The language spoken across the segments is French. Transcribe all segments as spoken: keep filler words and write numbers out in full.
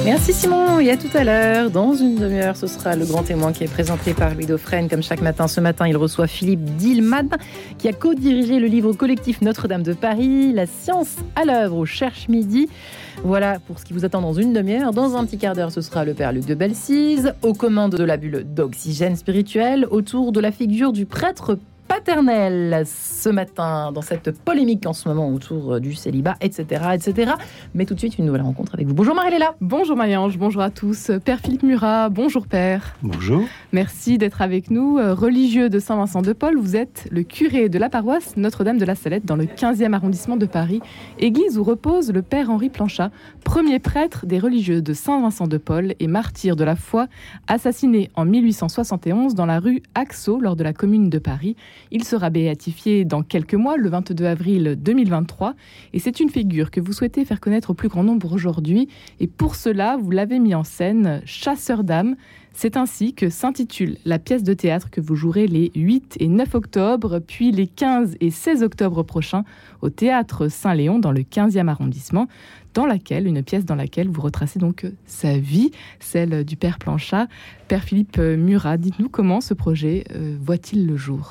Merci Simon, et à tout à l'heure. Dans une demi-heure, ce sera le grand témoin qui est présenté par Louis Dauphren. Comme chaque matin, ce matin, il reçoit Philippe Dillman, qui a co-dirigé le livre collectif Notre-Dame de Paris, La science à l'œuvre au Cherche Midi. Voilà pour ce qui vous attend dans une demi-heure. Dans un petit quart d'heure, ce sera le Père Luc de Bellesise, aux commandes de la bulle d'oxygène spirituel, autour de la figure du prêtre paternel ce matin, dans cette polémique en ce moment autour du célibat, et cetera, et cetera. Mais tout de suite, une nouvelle rencontre avec vous. Bonjour Marie-Léla. Bonjour Marie-Ange, bonjour à tous. Père Philippe Murat, bonjour Père. Bonjour. Merci d'être avec nous. Religieux de Saint-Vincent-de-Paul, vous êtes le curé de la paroisse Notre-Dame de la Salette dans le quinzième arrondissement de Paris, église où repose le Père Henri Planchat, premier prêtre des religieux de Saint-Vincent-de-Paul et martyr de la foi, assassiné en mille huit cent soixante et onze dans la rue Axo lors de la Commune de Paris. Il sera béatifié dans quelques mois, le vingt-deux avril deux mille vingt-trois. Et c'est une figure que vous souhaitez faire connaître au plus grand nombre aujourd'hui. Et pour cela, vous l'avez mis en scène, Chasseur d'âmes. C'est ainsi que s'intitule la pièce de théâtre que vous jouerez les huit et neuf octobre, puis les quinze et seize octobre prochains au Théâtre Saint-Léon dans le quinzième arrondissement, dans laquelle, une pièce dans laquelle vous retracez donc sa vie, celle du Père Planchat. Père Philippe Murat, dites-nous comment ce projet euh, voit-il le jour ?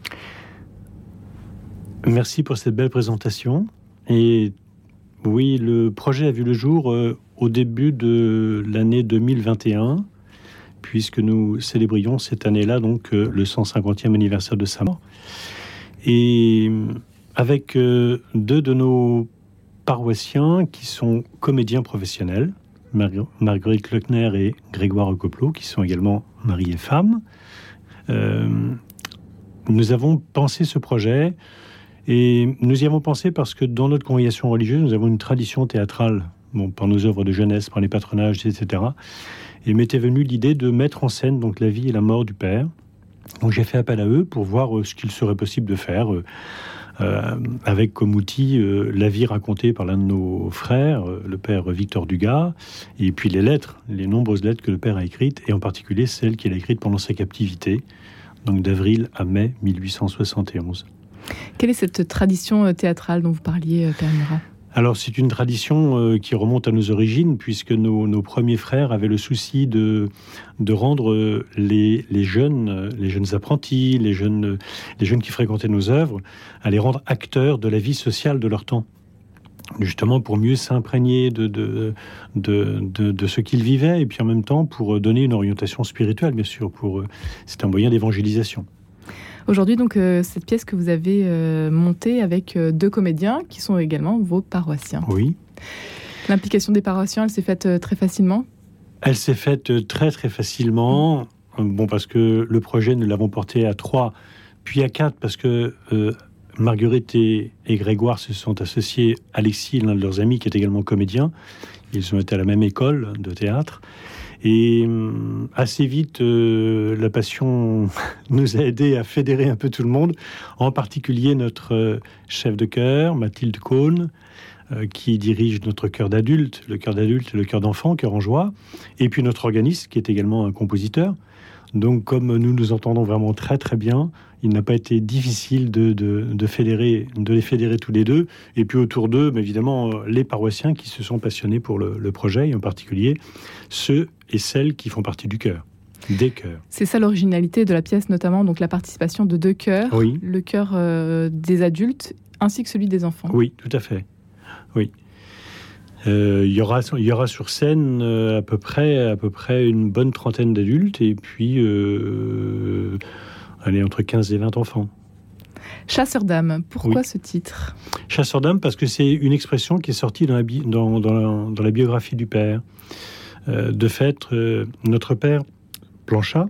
Merci pour cette belle présentation. Et oui, le projet a vu le jour euh, au début de l'année deux mille vingt et un, puisque nous célébrions cette année-là donc euh, le cent cinquantième anniversaire de sa mort. Et avec euh, deux de nos paroissiens qui sont comédiens professionnels, Mar- Marguerite Lecner et Grégoire Recoplo, qui sont également mari et femme, euh, nous avons pensé ce projet. Et nous y avons pensé parce que dans notre congrégation religieuse, nous avons une tradition théâtrale, bon, par nos œuvres de jeunesse, par les patronages, et cetera. Et m'était venue l'idée de mettre en scène donc la vie et la mort du Père. Donc j'ai fait appel à eux pour voir euh, ce qu'il serait possible de faire, euh, euh, avec comme outil euh, la vie racontée par l'un de nos frères, euh, le Père Victor Dugas, et puis les lettres, les nombreuses lettres que le Père a écrites, et en particulier celles qu'il a écrites pendant sa captivité, donc d'avril à mai mille huit cent soixante et onze. Quelle est cette tradition théâtrale dont vous parliez, Père Murat ? Alors, c'est une tradition euh, qui remonte à nos origines, puisque nos, nos premiers frères avaient le souci de, de rendre euh, les, les jeunes, euh, les jeunes apprentis, les jeunes, euh, les jeunes qui fréquentaient nos œuvres, à les rendre acteurs de la vie sociale de leur temps. Justement pour mieux s'imprégner de, de, de, de, de ce qu'ils vivaient, et puis en même temps pour donner une orientation spirituelle, bien sûr. Pour, euh, c'est un moyen d'évangélisation. Aujourd'hui, donc, euh, cette pièce que vous avez euh, montée avec euh, deux comédiens qui sont également vos paroissiens. Oui. L'implication des paroissiens, elle s'est faite euh, très facilement ? Elle s'est faite très, très facilement. Mmh. Bon, parce que le projet, nous l'avons porté à trois, puis à quatre, parce que euh, Marguerite et, et Grégoire se sont associés. Alexis, l'un de leurs amis, qui est également comédien. Ils ont été à la même école de théâtre. Et assez vite, euh, la passion nous a aidés à fédérer un peu tout le monde, en particulier notre euh, chef de chœur, Mathilde Cohn, euh, qui dirige notre chœur d'adultes, le chœur d'adultes et le chœur d'enfants, Chœur en joie, et puis notre organiste, qui est également un compositeur. Donc, comme nous nous entendons vraiment très très bien, il n'a pas été difficile de, de, de, fédérer, de les fédérer tous les deux. Et puis autour d'eux, mais évidemment, les paroissiens qui se sont passionnés pour le, le projet, et en particulier ceux et celles qui font partie du chœur, des chœurs. C'est ça l'originalité de la pièce, notamment donc la participation de deux chœurs, oui. Le chœur euh, des adultes ainsi que celui des enfants. Oui, tout à fait. Oui. Euh, il y aura, il y aura sur scène euh, à peu près, à peu près une bonne trentaine d'adultes et puis euh, allez, entre quinze et vingt enfants. Chasseur d'âmes, pourquoi oui. ce titre ? Chasseur d'âmes parce que c'est une expression qui est sortie dans la, bi- dans, dans la, dans la biographie du Père. Euh, de fait, euh, notre Père Planchat,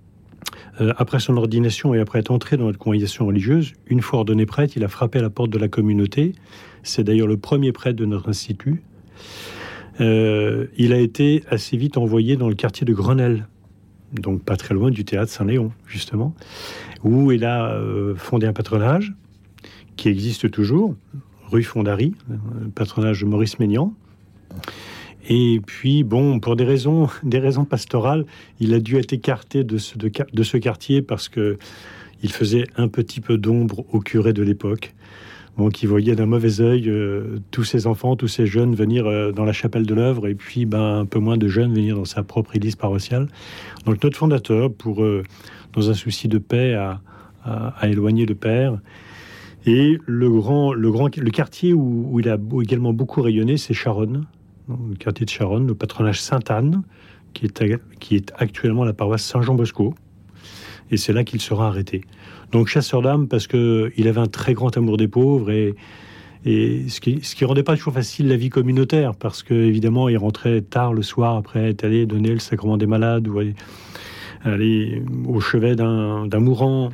euh, après son ordination et après être entré dans notre congrégation religieuse, une fois ordonné prêtre, il a frappé à la porte de la communauté. C'est d'ailleurs le premier prêtre de notre institut. Euh, il a été assez vite envoyé dans le quartier de Grenelle, donc pas très loin du théâtre Saint-Léon, justement, où il a euh, fondé un patronage qui existe toujours, rue Fondary, le patronage de Maurice Maignan. Et puis, bon, pour des raisons, des raisons pastorales, il a dû être écarté de ce, de, de ce quartier parce que il faisait un petit peu d'ombre au curé de l'époque. bon, qui voyait d'un mauvais œil euh, tous ces enfants, tous ces jeunes venir euh, dans la chapelle de l'œuvre, et puis ben, un peu moins de jeunes venir dans sa propre église paroissiale. Donc notre fondateur, pour, euh, dans un souci de paix, a, a, a éloigné le père. Et le, grand, le, grand, le quartier où, où il a également beaucoup rayonné, c'est Charonne, le quartier de Charonne, le patronage Sainte-Anne, qui est, qui est actuellement la paroisse Saint-Jean-Bosco. Et c'est là qu'il sera arrêté. Donc chasseur d'âmes parce qu'il avait un très grand amour des pauvres, et, et ce qui ce qui rendait pas toujours facile la vie communautaire, parce que évidemment il rentrait tard le soir après être allé donner le sacrement des malades ou aller, aller au chevet d'un, d'un mourant,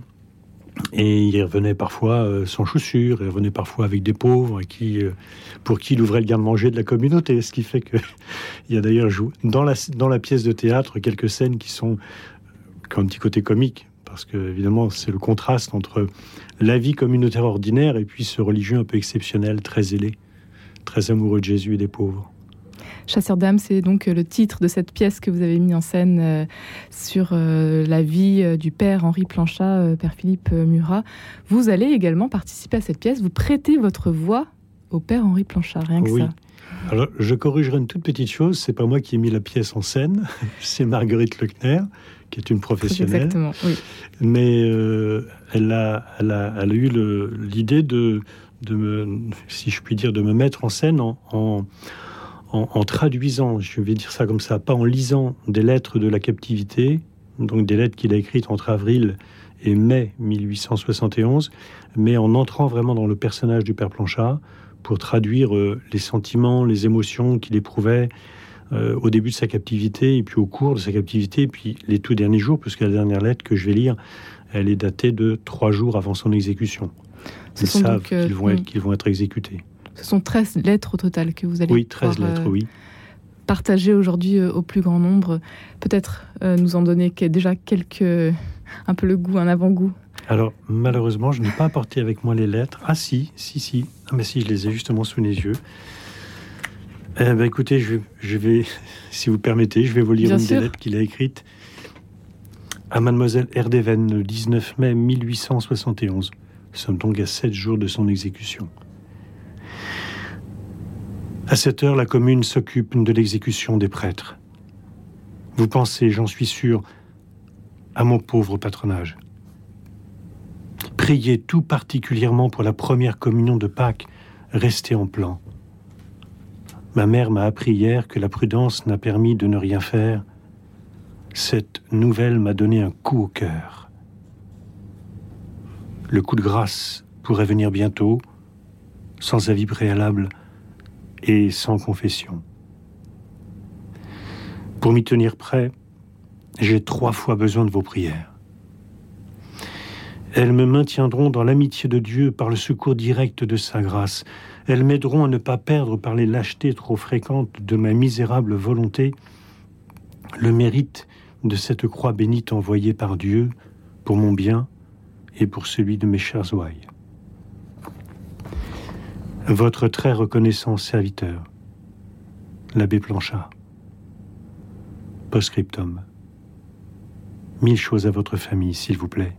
et il revenait parfois euh, sans chaussures, il revenait parfois avec des pauvres et qui, euh, pour qui il ouvrait le garde-manger de la communauté, ce qui fait que il y a d'ailleurs dans la, dans la pièce de théâtre quelques scènes qui sont qui ont un petit côté comique, parce que évidemment c'est le contraste entre la vie communautaire ordinaire et puis ce religieux un peu exceptionnel, très zélé, très amoureux de Jésus et des pauvres. Chasseur d'âmes, c'est donc le titre de cette pièce que vous avez mis en scène euh, sur euh, la vie euh, du père Henri Planchat, euh, père Philippe Murat. Vous allez également participer à cette pièce, vous prêtez votre voix au père Henri Planchat, rien que oui. ça. Alors, je corrigerai une toute petite chose, c'est pas moi qui ai mis la pièce en scène, c'est Marguerite Lechner, qui est une professionnelle. Exactement, oui. Mais euh, elle, a, elle, a, elle a eu le, l'idée de, de me, si je puis dire, de me mettre en scène en, en, en, en traduisant, je vais dire ça comme ça, pas en lisant des lettres de la captivité, donc des lettres qu'il a écrites entre avril et mai mille huit cent soixante et onze, mais en entrant vraiment dans le personnage du père Planchat, pour traduire euh, les sentiments, les émotions qu'il éprouvait euh, au début de sa captivité, et puis au cours de sa captivité, et puis les tout derniers jours, puisque la dernière lettre que je vais lire, elle est datée de trois jours avant son exécution. Ils savent donc, euh, qu'ils, vont être, qu'ils vont être exécutés. Ce sont treize lettres au total que vous allez oui, treize lettres, euh, oui. partager aujourd'hui euh, au plus grand nombre. Peut-être euh, nous en donner que, déjà quelques... un peu le goût, un avant-goût. Alors, malheureusement, je n'ai pas apporté avec moi les lettres. Ah si, si, si. Ah mais si, je les ai justement sous les yeux. Eh ben, écoutez, je vais, je vais, si vous permettez, je vais vous lire Bien une sûr. des lettres qu'il a écrites à Mademoiselle Erdéven, le dix-neuf mai mille huit cent soixante et onze. Nous sommes donc à sept jours de son exécution. À cette heure, la commune s'occupe de l'exécution des prêtres. Vous pensez, j'en suis sûr, à mon pauvre patronage. Priez tout particulièrement pour la première communion de Pâques, restée en plan. Ma mère m'a appris hier que la prudence n'a permis de ne rien faire. Cette nouvelle m'a donné un coup au cœur. Le coup de grâce pourrait venir bientôt, sans avis préalable et sans confession. Pour m'y tenir prêt, j'ai trois fois besoin de vos prières. Elles me maintiendront dans l'amitié de Dieu par le secours direct de sa grâce. Elles m'aideront à ne pas perdre par les lâchetés trop fréquentes de ma misérable volonté le mérite de cette croix bénite envoyée par Dieu pour mon bien et pour celui de mes chers ouailles. Votre très reconnaissant serviteur, l'abbé Planchat. Post-scriptum. Mille choses à votre famille, s'il vous plaît.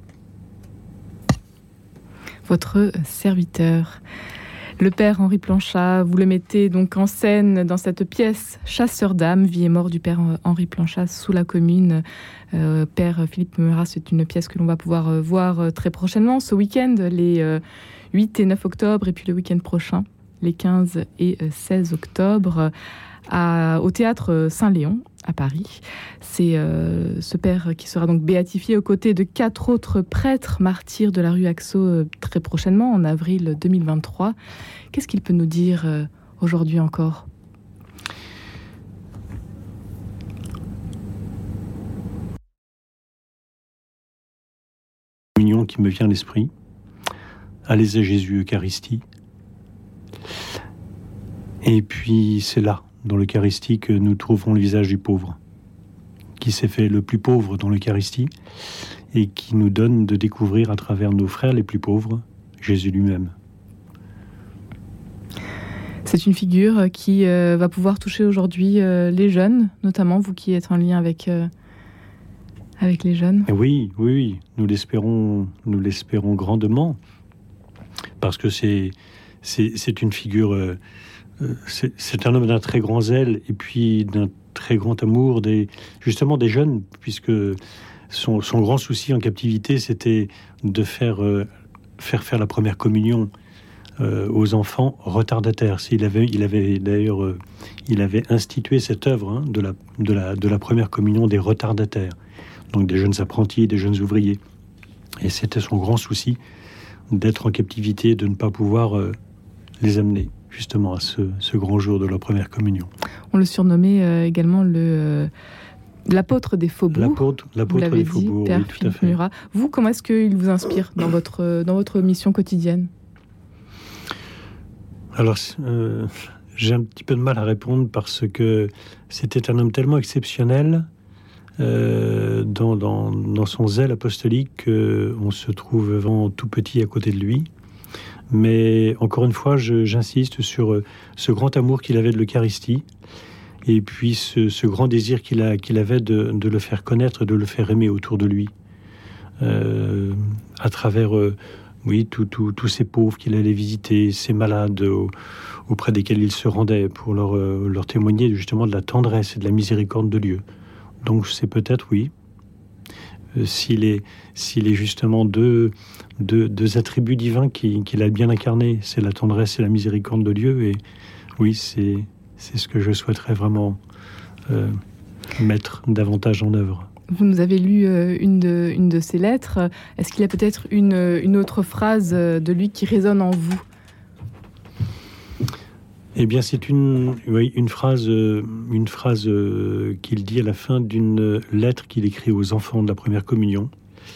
Votre serviteur. Le père Henri Planchat, vous le mettez donc en scène dans cette pièce Chasseur d'âmes, vie et mort du père Henri Planchat sous la commune. Euh, père Philippe Murat, c'est une pièce que l'on va pouvoir voir très prochainement, ce week-end, les euh, huit et neuf octobre, et puis le week-end prochain, les quinze et seize octobre, à, au théâtre Saint-Léon, à Paris. C'est euh, ce père qui sera donc béatifié aux côtés de quatre autres prêtres martyrs de la rue Axo euh, très prochainement, en avril deux mille vingt-trois. Qu'est-ce qu'il peut nous dire euh, aujourd'hui encore ? Communion qui me vient à l'esprit. Allez à Jésus, Eucharistie. Et puis c'est là, dans l'Eucharistie, que nous trouvons le visage du pauvre, qui s'est fait le plus pauvre dans l'Eucharistie et qui nous donne de découvrir à travers nos frères les plus pauvres, Jésus lui-même. C'est une figure qui euh, va pouvoir toucher aujourd'hui euh, les jeunes, notamment vous qui êtes en lien avec, euh, avec les jeunes. Oui, oui, nous l'espérons, nous l'espérons grandement, parce que c'est, c'est, c'est une figure... Euh, c'est, c'est un homme d'un très grand zèle et puis d'un très grand amour, des, justement des jeunes, puisque son, son grand souci en captivité, c'était de faire, euh, faire faire la première communion euh, aux enfants retardataires. Il avait, il avait d'ailleurs euh, il avait institué cette œuvre hein, de, la, de, la, de la première communion des retardataires, donc des jeunes apprentis, des jeunes ouvriers. Et c'était son grand souci d'être en captivité, de ne pas pouvoir euh, les amener justement à ce, ce grand jour de leur première communion. On le surnommait euh, également le, euh, l'apôtre des faubourgs. L'apôtre, l'apôtre des faubourgs, Père oui, tout Philippe à fait. Murat. Vous, comment est-ce qu'il vous inspire dans votre, dans votre mission quotidienne ? Alors, euh, j'ai un petit peu de mal à répondre parce que c'était un homme tellement exceptionnel euh, dans, dans, dans son zèle apostolique qu'on se trouve vraiment tout petit à côté de lui. Mais encore une fois, je, j'insiste sur ce grand amour qu'il avait de l'Eucharistie et puis ce, ce grand désir qu'il, a, qu'il avait de, de le faire connaître, de le faire aimer autour de lui, euh, à travers euh, oui, tous tout, tout ces pauvres qu'il allait visiter, ces malades au, auprès desquels il se rendait pour leur, euh, leur témoigner justement de la tendresse et de la miséricorde de Dieu. Donc c'est peut-être, oui, euh, s'il est, s'il est justement deux... Deux, deux attributs divins qu'il, qu'il a bien incarnés, c'est la tendresse et la miséricorde de Dieu. Et oui, c'est, c'est ce que je souhaiterais vraiment euh, mettre davantage en œuvre. Vous nous avez lu euh, une, de, une de ses lettres. Est-ce qu'il y a peut-être une, une autre phrase de lui qui résonne en vous ? Eh bien, c'est une, oui, une phrase, une phrase euh, qu'il dit à la fin d'une lettre qu'il écrit aux enfants de la première communion.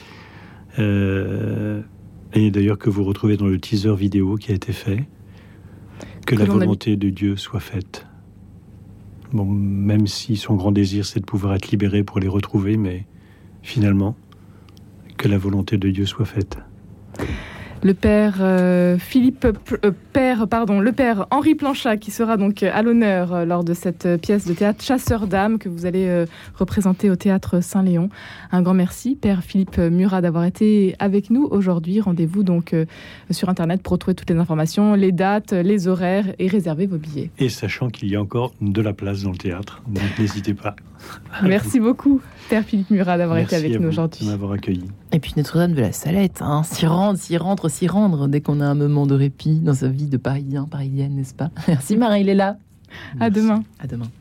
Euh, et d'ailleurs que vous retrouvez dans le teaser vidéo qui a été fait, que, que la volonté a... de Dieu soit faite. Bon, même si son grand désir c'est de pouvoir être libéré pour les retrouver, mais finalement, que la volonté de Dieu soit faite. Le père euh, Philippe, euh, père, pardon, le père Henri Planchat qui sera donc à l'honneur euh, lors de cette pièce de théâtre Chasseurs d'âmes que vous allez euh, représenter au théâtre Saint-Léon. Un grand merci, père Philippe Murat, d'avoir été avec nous aujourd'hui. Rendez-vous donc euh, sur internet pour retrouver toutes les informations, les dates, les horaires et réserver vos billets. Et sachant qu'il y a encore de la place dans le théâtre, donc n'hésitez pas. Merci beaucoup, père Philippe Murat, d'avoir merci été avec nous aujourd'hui. Merci de m'avoir accueilli. Et puis Notre-Dame de la Salette, hein, s'y rendre, s'y rendre, s'y rendre dès qu'on a un moment de répit dans sa vie de Parisien, Parisienne, n'est-ce pas ? Merci Marie-Léla. À demain. À demain.